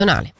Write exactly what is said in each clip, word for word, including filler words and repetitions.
nazionale.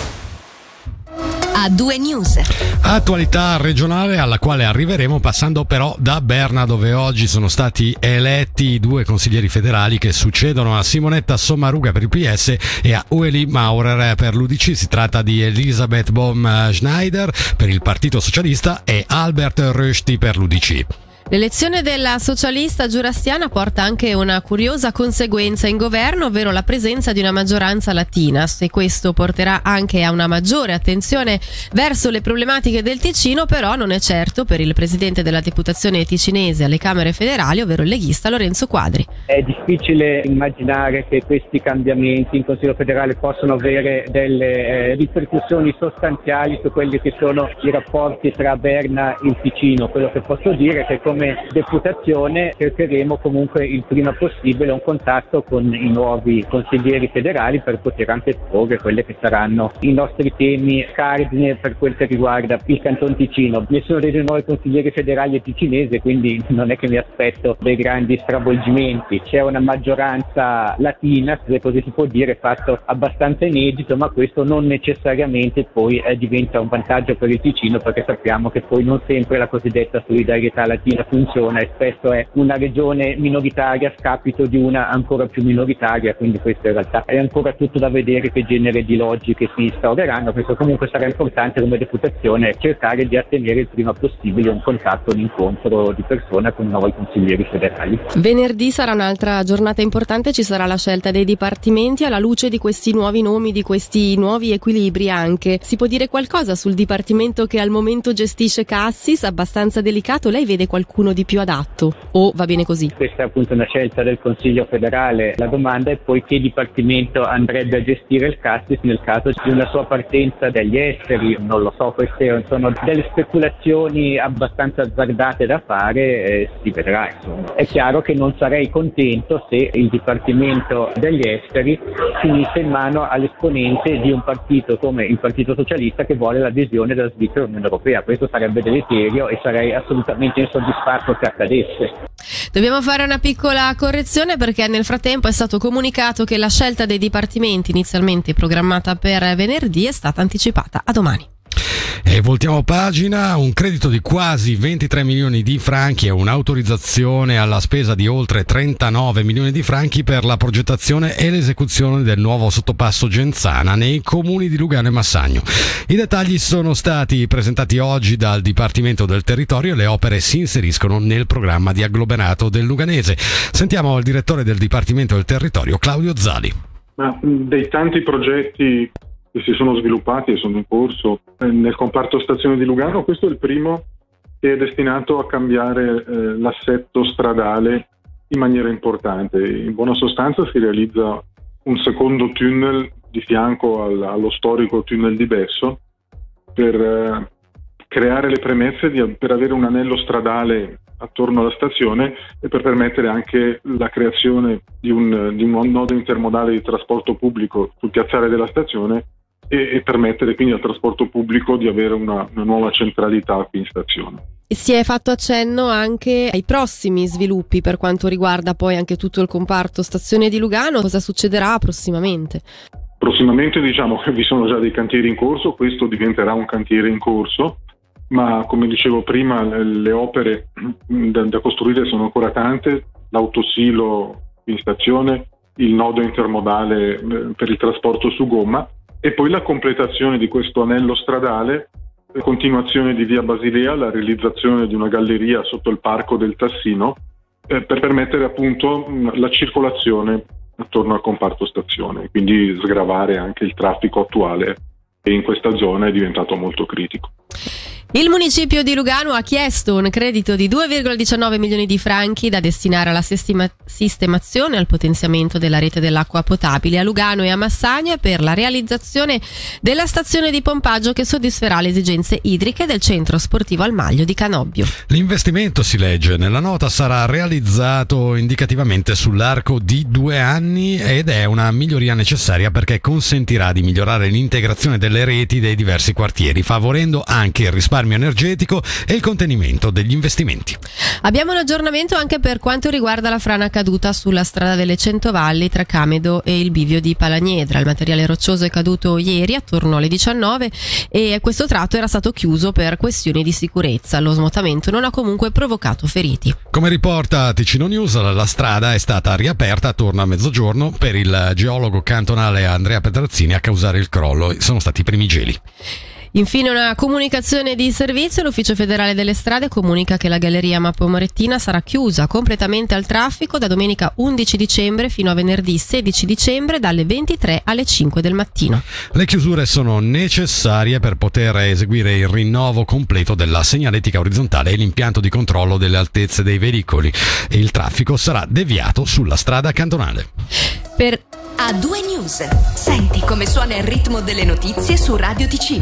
A due News. Attualità regionale alla quale arriveremo passando però da Berna, dove oggi sono stati eletti i due consiglieri federali che succedono a Simonetta Sommaruga per il P S e a Ueli Maurer per l'U D C. Si tratta di Elisabeth Bohm-Schneider per il Partito Socialista e Albert Rösti per l'U D C. L'elezione della socialista giurastiana porta anche una curiosa conseguenza in governo, ovvero la presenza di una maggioranza latina, e questo porterà anche a una maggiore attenzione verso le problematiche del Ticino, però non è certo per il presidente della Deputazione ticinese alle Camere federali, ovvero il leghista Lorenzo Quadri. È difficile immaginare che questi cambiamenti in Consiglio federale possano avere delle eh, ripercussioni sostanziali su quelli che sono i rapporti tra Berna e il Ticino. Quello che posso dire è che come deputazione cercheremo comunque il prima possibile un contatto con i nuovi consiglieri federali per poter anche esporre quelli che saranno i nostri temi cardine per quel che riguarda il Canton Ticino. Nessuno dei due nuovi consiglieri federali è ticinese, quindi non è che mi aspetto dei grandi stravolgimenti. C'è una maggioranza latina, se così si può dire, fatto abbastanza inedito, ma questo non necessariamente poi eh, diventa un vantaggio per il Ticino, perché sappiamo che poi non sempre la cosiddetta solidarietà latina funziona e spesso è una regione minoritaria a scapito di una ancora più minoritaria, quindi questo in realtà è ancora tutto da vedere che genere di logiche si instaureranno. Questo comunque sarà importante come deputazione cercare di ottenere il prima possibile un contatto, un incontro di persona con i nuovi consiglieri federali. Venerdì sarà un'altra giornata importante, ci sarà la scelta dei dipartimenti alla luce di questi nuovi nomi, di questi nuovi equilibri anche. Si può dire qualcosa sul dipartimento che al momento gestisce Cassis, abbastanza delicato? Lei vede qualcuno di più adatto o va bene così? Questa è appunto una scelta del Consiglio federale. La domanda è poi che dipartimento andrebbe a gestire il Cassis nel caso di una sua partenza dagli esteri. Non lo so, queste sono delle speculazioni abbastanza azzardate da fare, eh, si vedrà insomma. È chiaro che non sarei contento se il dipartimento degli esteri finisse in mano all'esponente di un partito come il Partito Socialista che vuole l'adesione della Svizzera all'Unione Europea. Questo sarebbe deleterio e sarei assolutamente insoddisfatto che accadesse. Dobbiamo fare una piccola correzione perché nel frattempo è stato comunicato che la scelta dei dipartimenti inizialmente programmata per venerdì è stata anticipata a domani. E voltiamo pagina. Un credito di quasi ventitré milioni di franchi e un'autorizzazione alla spesa di oltre trentanove milioni di franchi per la progettazione e l'esecuzione del nuovo sottopasso Genzana nei comuni di Lugano e Massagno. I dettagli sono stati presentati oggi dal Dipartimento del Territorio e le opere si inseriscono nel programma di agglomerato del Luganese. Sentiamo il direttore del Dipartimento del Territorio, Claudio Zali. Ma dei tanti progetti che si sono sviluppati e sono in corso nel comparto stazione di Lugano, questo è il primo che è destinato a cambiare eh, l'assetto stradale in maniera importante. In buona sostanza si realizza un secondo tunnel di fianco al, allo storico tunnel di Besso per eh, creare le premesse di, per avere un anello stradale attorno alla stazione e per permettere anche la creazione di un, di un nodo intermodale di trasporto pubblico sul piazzale della stazione e, e permettere quindi al trasporto pubblico di avere una, una nuova centralità qui in stazione. Si è fatto accenno anche ai prossimi sviluppi per quanto riguarda poi anche tutto il comparto stazione di Lugano. Cosa succederà prossimamente? Prossimamente diciamo che vi sono già dei cantieri in corso, questo diventerà un cantiere in corso, ma come dicevo prima le, le opere da, da costruire sono ancora tante, l'autosilo in stazione, il nodo intermodale eh, per il trasporto su gomma e poi la completazione di questo anello stradale, continuazione di via Basilea, la realizzazione di una galleria sotto il parco del Tassino eh, per permettere appunto la circolazione attorno al comparto stazione, quindi sgravare anche il traffico attuale che in questa zona è diventato molto critico. Il municipio di Lugano ha chiesto un credito di due virgola diciannove milioni di franchi da destinare alla sistema- sistemazione e al potenziamento della rete dell'acqua potabile a Lugano e a Massagna per la realizzazione della stazione di pompaggio che soddisferà le esigenze idriche del centro sportivo al Maglio di Canobbio. L'investimento, si legge nella nota, sarà realizzato indicativamente sull'arco di due anni ed è una miglioria necessaria perché consentirà di migliorare l'integrazione delle reti dei diversi quartieri, favorendo anche il risparmio risparmio energetico e il contenimento degli investimenti. Abbiamo un aggiornamento anche per quanto riguarda la frana caduta sulla strada delle Centovalli tra Camedo e il bivio di Palagnedra. Il materiale roccioso è caduto ieri attorno alle diciannove e questo tratto era stato chiuso per questioni di sicurezza. Lo smontamento non ha comunque provocato feriti. Come riporta Ticino News, la strada è stata riaperta attorno a mezzogiorno per il geologo cantonale Andrea Petrazzini a causare il crollo. Sono stati i primi geli. Infine una comunicazione di servizio. L'Ufficio Federale delle Strade comunica che la galleria Mappo Morettina sarà chiusa completamente al traffico da domenica undici dicembre fino a venerdì sedici dicembre dalle ventitré alle cinque del mattino. Le chiusure sono necessarie per poter eseguire il rinnovo completo della segnaletica orizzontale e l'impianto di controllo delle altezze dei veicoli e il traffico sarà deviato sulla strada cantonale. Per A due News. Senti come suona il ritmo delle notizie su Radio Ticino.